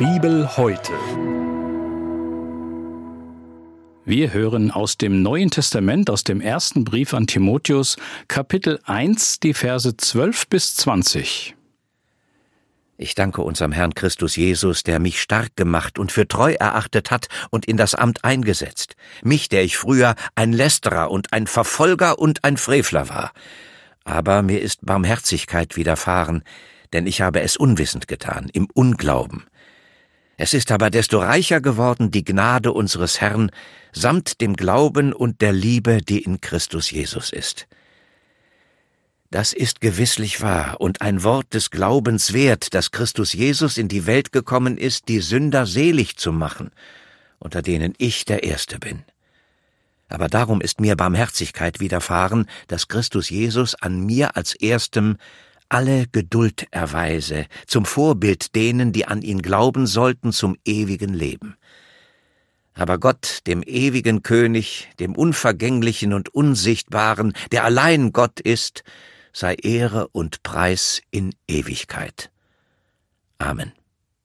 Bibel heute. Wir hören aus dem Neuen Testament, aus dem ersten Brief an Timotheus, Kapitel 1, die Verse 12 bis 20. Ich danke unserem Herrn Christus Jesus, der mich stark gemacht und für treu erachtet hat und in das Amt eingesetzt. Mich, der ich früher ein Lästerer und ein Verfolger und ein Frevler war. Aber mir ist Barmherzigkeit widerfahren, denn ich habe es unwissend getan, im Unglauben. Es ist aber desto reicher geworden die Gnade unseres Herrn, samt dem Glauben und der Liebe, die in Christus Jesus ist. Das ist gewisslich wahr und ein Wort des Glaubens wert, dass Christus Jesus in die Welt gekommen ist, die Sünder selig zu machen, unter denen ich der Erste bin. Aber darum ist mir Barmherzigkeit widerfahren, dass Christus Jesus an mir als Erstem alle Geduld erweise, zum Vorbild denen, die an ihn glauben sollten, zum ewigen Leben. Aber Gott, dem ewigen König, dem Unvergänglichen und Unsichtbaren, der allein Gott ist, sei Ehre und Preis in Ewigkeit. Amen.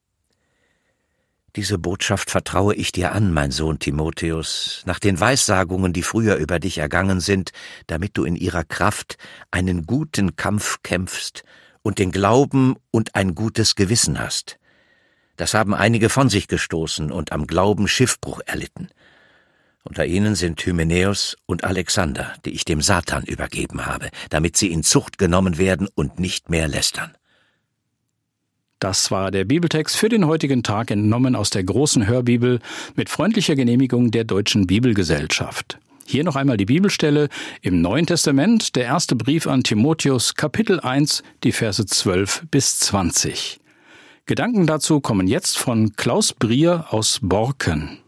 Diese Botschaft vertraue ich dir an, mein Sohn Timotheus, nach den Weissagungen, die früher über dich ergangen sind, damit du in ihrer Kraft einen guten Kampf kämpfst und den Glauben und ein gutes Gewissen hast. Das haben einige von sich gestoßen und am Glauben Schiffbruch erlitten. Unter ihnen sind Hymenäus und Alexander, die ich dem Satan übergeben habe, damit sie in Zucht genommen werden und nicht mehr lästern. Das war der Bibeltext für den heutigen Tag, entnommen aus der großen Hörbibel mit freundlicher Genehmigung der Deutschen Bibelgesellschaft. Hier noch einmal die Bibelstelle im Neuen Testament, der erste Brief an Timotheus, Kapitel 1, die Verse 12 bis 20. Gedanken dazu kommen jetzt von Klaus Brier aus Borken.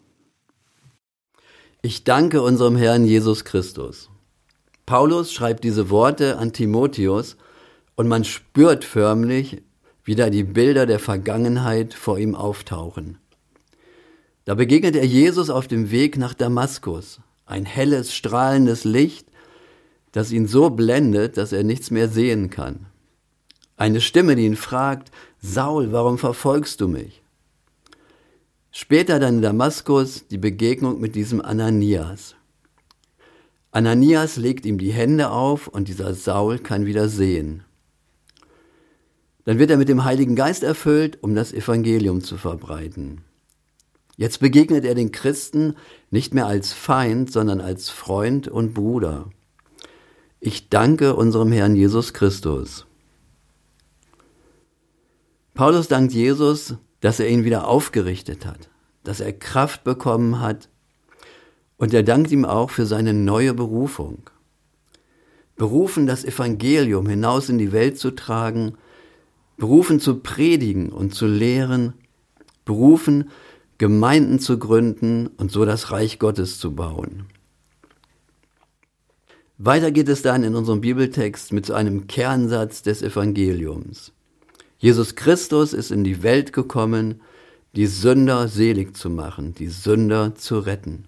Ich danke unserem Herrn Jesus Christus. Paulus schreibt diese Worte an Timotheus und man spürt förmlich, wie da die Bilder der Vergangenheit vor ihm auftauchen. Da begegnet er Jesus auf dem Weg nach Damaskus, ein helles, strahlendes Licht, das ihn so blendet, dass er nichts mehr sehen kann. Eine Stimme, die ihn fragt: Saul, warum verfolgst du mich? Später dann in Damaskus die Begegnung mit diesem Ananias. Ananias legt ihm die Hände auf und dieser Saul kann wieder sehen. Dann wird er mit dem Heiligen Geist erfüllt, um das Evangelium zu verbreiten. Jetzt begegnet er den Christen nicht mehr als Feind, sondern als Freund und Bruder. Ich danke unserem Herrn Jesus Christus. Paulus dankt Jesus, dass er ihn wieder aufgerichtet hat, dass er Kraft bekommen hat, und er dankt ihm auch für seine neue Berufung. Berufen, das Evangelium hinaus in die Welt zu tragen, berufen zu predigen und zu lehren, berufen, Gemeinden zu gründen und so das Reich Gottes zu bauen. Weiter geht es dann in unserem Bibeltext mit so einem Kernsatz des Evangeliums. Jesus Christus ist in die Welt gekommen, die Sünder selig zu machen, die Sünder zu retten.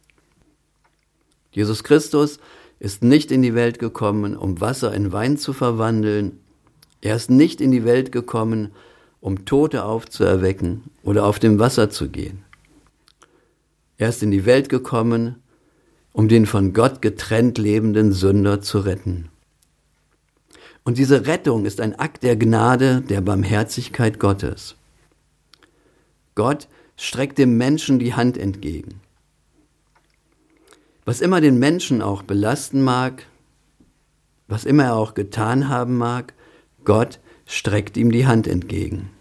Jesus Christus ist nicht in die Welt gekommen, um Wasser in Wein zu verwandeln. Er ist nicht in die Welt gekommen, um Tote aufzuerwecken oder auf dem Wasser zu gehen. Er ist in die Welt gekommen, um den von Gott getrennt lebenden Sünder zu retten. Und diese Rettung ist ein Akt der Gnade, der Barmherzigkeit Gottes. Gott streckt dem Menschen die Hand entgegen. Was immer den Menschen auch belasten mag, was immer er auch getan haben mag, Gott streckt ihm die Hand entgegen.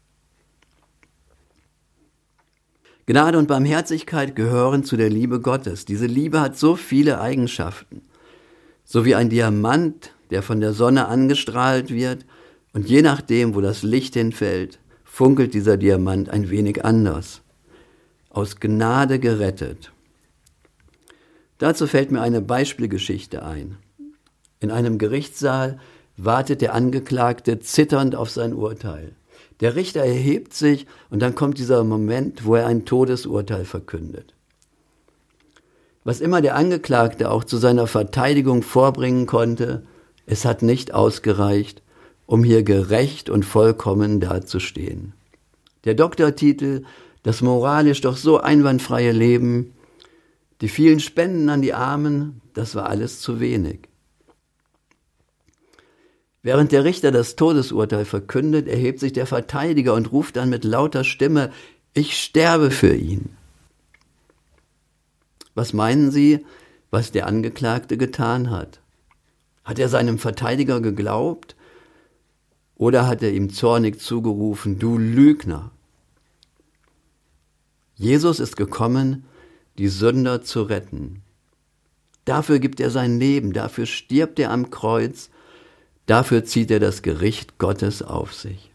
Gnade und Barmherzigkeit gehören zu der Liebe Gottes. Diese Liebe hat so viele Eigenschaften. So wie ein Diamant, der von der Sonne angestrahlt wird, und je nachdem, wo das Licht hinfällt, funkelt dieser Diamant ein wenig anders. Aus Gnade gerettet. Dazu fällt mir eine Beispielgeschichte ein. In einem Gerichtssaal wartet der Angeklagte zitternd auf sein Urteil. Der Richter erhebt sich und dann kommt dieser Moment, wo er ein Todesurteil verkündet. Was immer der Angeklagte auch zu seiner Verteidigung vorbringen konnte, es hat nicht ausgereicht, um hier gerecht und vollkommen dazustehen. Der Doktortitel, das moralisch doch so einwandfreie Leben, die vielen Spenden an die Armen, das war alles zu wenig. Während der Richter das Todesurteil verkündet, erhebt sich der Verteidiger und ruft dann mit lauter Stimme: Ich sterbe für ihn. Was meinen Sie, was der Angeklagte getan hat? Hat er seinem Verteidiger geglaubt? Oder hat er ihm zornig zugerufen: Du Lügner? Jesus ist gekommen, die Sünder zu retten. Dafür gibt er sein Leben, dafür stirbt er am Kreuz, dafür zieht er das Gericht Gottes auf sich.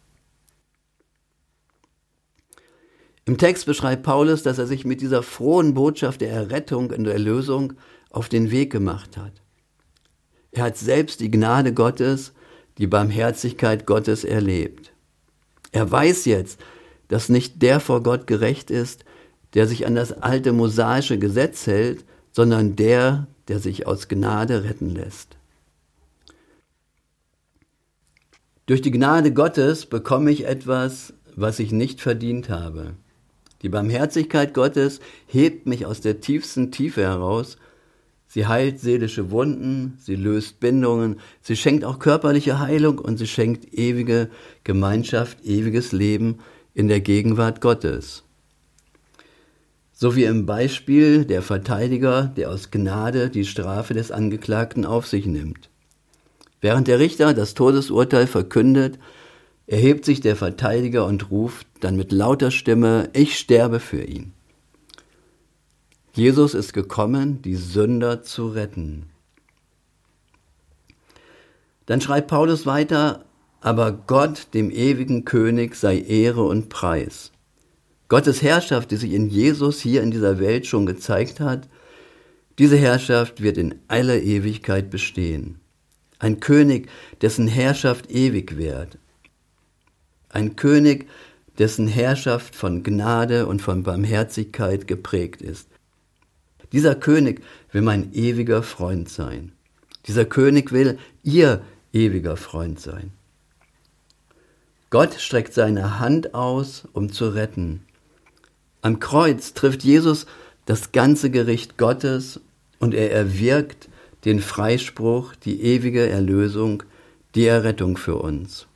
Im Text beschreibt Paulus, dass er sich mit dieser frohen Botschaft der Errettung und der Erlösung auf den Weg gemacht hat. Er hat selbst die Gnade Gottes, die Barmherzigkeit Gottes erlebt. Er weiß jetzt, dass nicht der vor Gott gerecht ist, der sich an das alte mosaische Gesetz hält, sondern der sich aus Gnade retten lässt. Durch die Gnade Gottes bekomme ich etwas, was ich nicht verdient habe. Die Barmherzigkeit Gottes hebt mich aus der tiefsten Tiefe heraus. Sie heilt seelische Wunden, sie löst Bindungen, sie schenkt auch körperliche Heilung und sie schenkt ewige Gemeinschaft, ewiges Leben in der Gegenwart Gottes. So wie im Beispiel der Verteidiger, der aus Gnade die Strafe des Angeklagten auf sich nimmt. Während der Richter das Todesurteil verkündet, erhebt sich der Verteidiger und ruft dann mit lauter Stimme: Ich sterbe für ihn. Jesus ist gekommen, die Sünder zu retten. Dann schreibt Paulus weiter: Aber Gott, dem ewigen König, sei Ehre und Preis. Gottes Herrschaft, die sich in Jesus hier in dieser Welt schon gezeigt hat, diese Herrschaft wird in aller Ewigkeit bestehen. Ein König, dessen Herrschaft ewig währt. Ein König, dessen Herrschaft von Gnade und von Barmherzigkeit geprägt ist. Dieser König will mein ewiger Freund sein. Dieser König will ihr ewiger Freund sein. Gott streckt seine Hand aus, um zu retten. Am Kreuz trifft Jesus das ganze Gericht Gottes und er erwirkt den Freispruch, die ewige Erlösung, die Errettung für uns.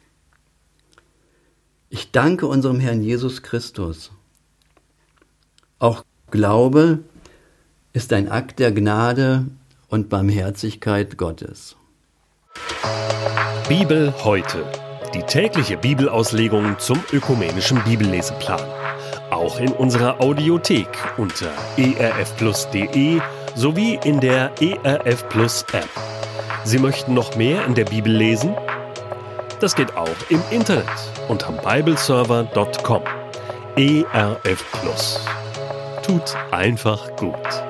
Ich danke unserem Herrn Jesus Christus. Auch Glaube ist ein Akt der Gnade und Barmherzigkeit Gottes. Bibel heute. Die tägliche Bibelauslegung zum ökumenischen Bibelleseplan. Auch in unserer Audiothek unter erfplus.de sowie in der ERF Plus App. Sie möchten noch mehr in der Bibel lesen? Das geht auch im Internet unter bibleserver.com. ERF Plus. Tut einfach gut.